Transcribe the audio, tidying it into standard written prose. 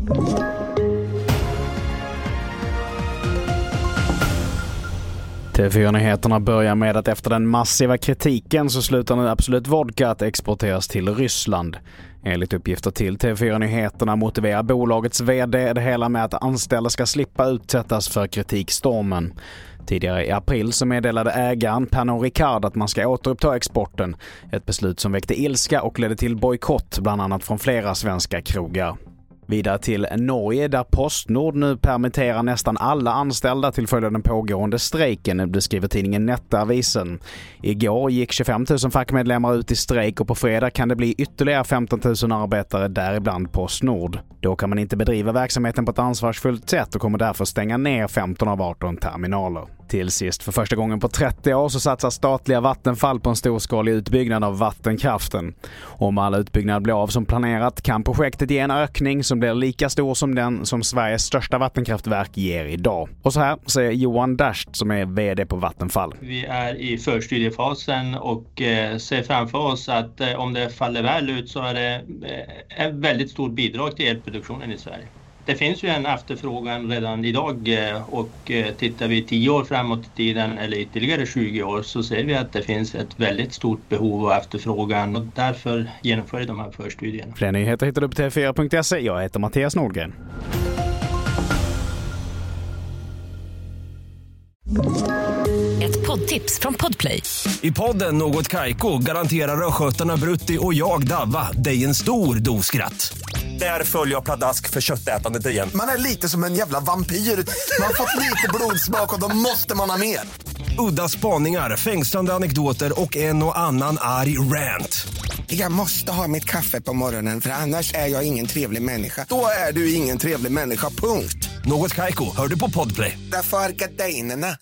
TV4-nyheterna börjar med att efter den massiva kritiken så slutar nu Absolut Vodka att exporteras till Ryssland. Enligt uppgifter till TV4-nyheterna motiverar bolagets vd det hela med att anställda ska slippa utsättas för kritikstormen. Tidigare i april så meddelade ägaren Pernod Ricard att man ska återuppta exporten. Ett beslut som väckte ilska och ledde till bojkott bland annat från flera svenska krogar. Vidare till Norge där PostNord nu permitterar nästan alla anställda till följd av den pågående strejken, beskriver tidningen Nettavisen. Igår gick 25 000 fackmedlemmar ut i strejk och på fredag kan det bli ytterligare 15 000 arbetare, däribland PostNord. Då kan man inte bedriva verksamheten på ett ansvarsfullt sätt och kommer därför stänga ner 15 av 18 terminaler. Till sist, för första gången på 30 år så satsar statliga Vattenfall på en storskalig utbyggnad av vattenkraften. Om alla utbyggnader blir av som planerat kan projektet ge en ökning som blir lika stor som den som Sveriges största vattenkraftverk ger idag. Och så här säger Johan Dasht som är vd på Vattenfall. Vi är i förstudiefasen och ser framför oss att om det faller väl ut så är det ett väldigt stort bidrag till elproduktionen i Sverige. Det finns ju en efterfrågan redan idag och tittar vi 10 år framåt i tiden eller ytterligare 20 år så ser vi att det finns ett väldigt stort behov och efterfrågan och därför genomför vi de här förstudierna. Fler nyheter hittar du på tv4.se. Jag heter Mattias Nordgren. Ett poddtips från Podplay. I podden Något Kaiko garanterar röskötarna Brutti och jag Davva dig en stor doskratt. Där följer jag pladask för köttätandet igen. Man är lite som en jävla vampyr. Man har fått lite blodsmak och då måste man ha mer. Udda spaningar, fängslande anekdoter och en och annan arg rant. Jag måste ha mitt kaffe på morgonen för annars är jag ingen trevlig människa. Då är du ingen trevlig människa, punkt. Något Kaiko, hör du på Podplay. Därför är gardinerna.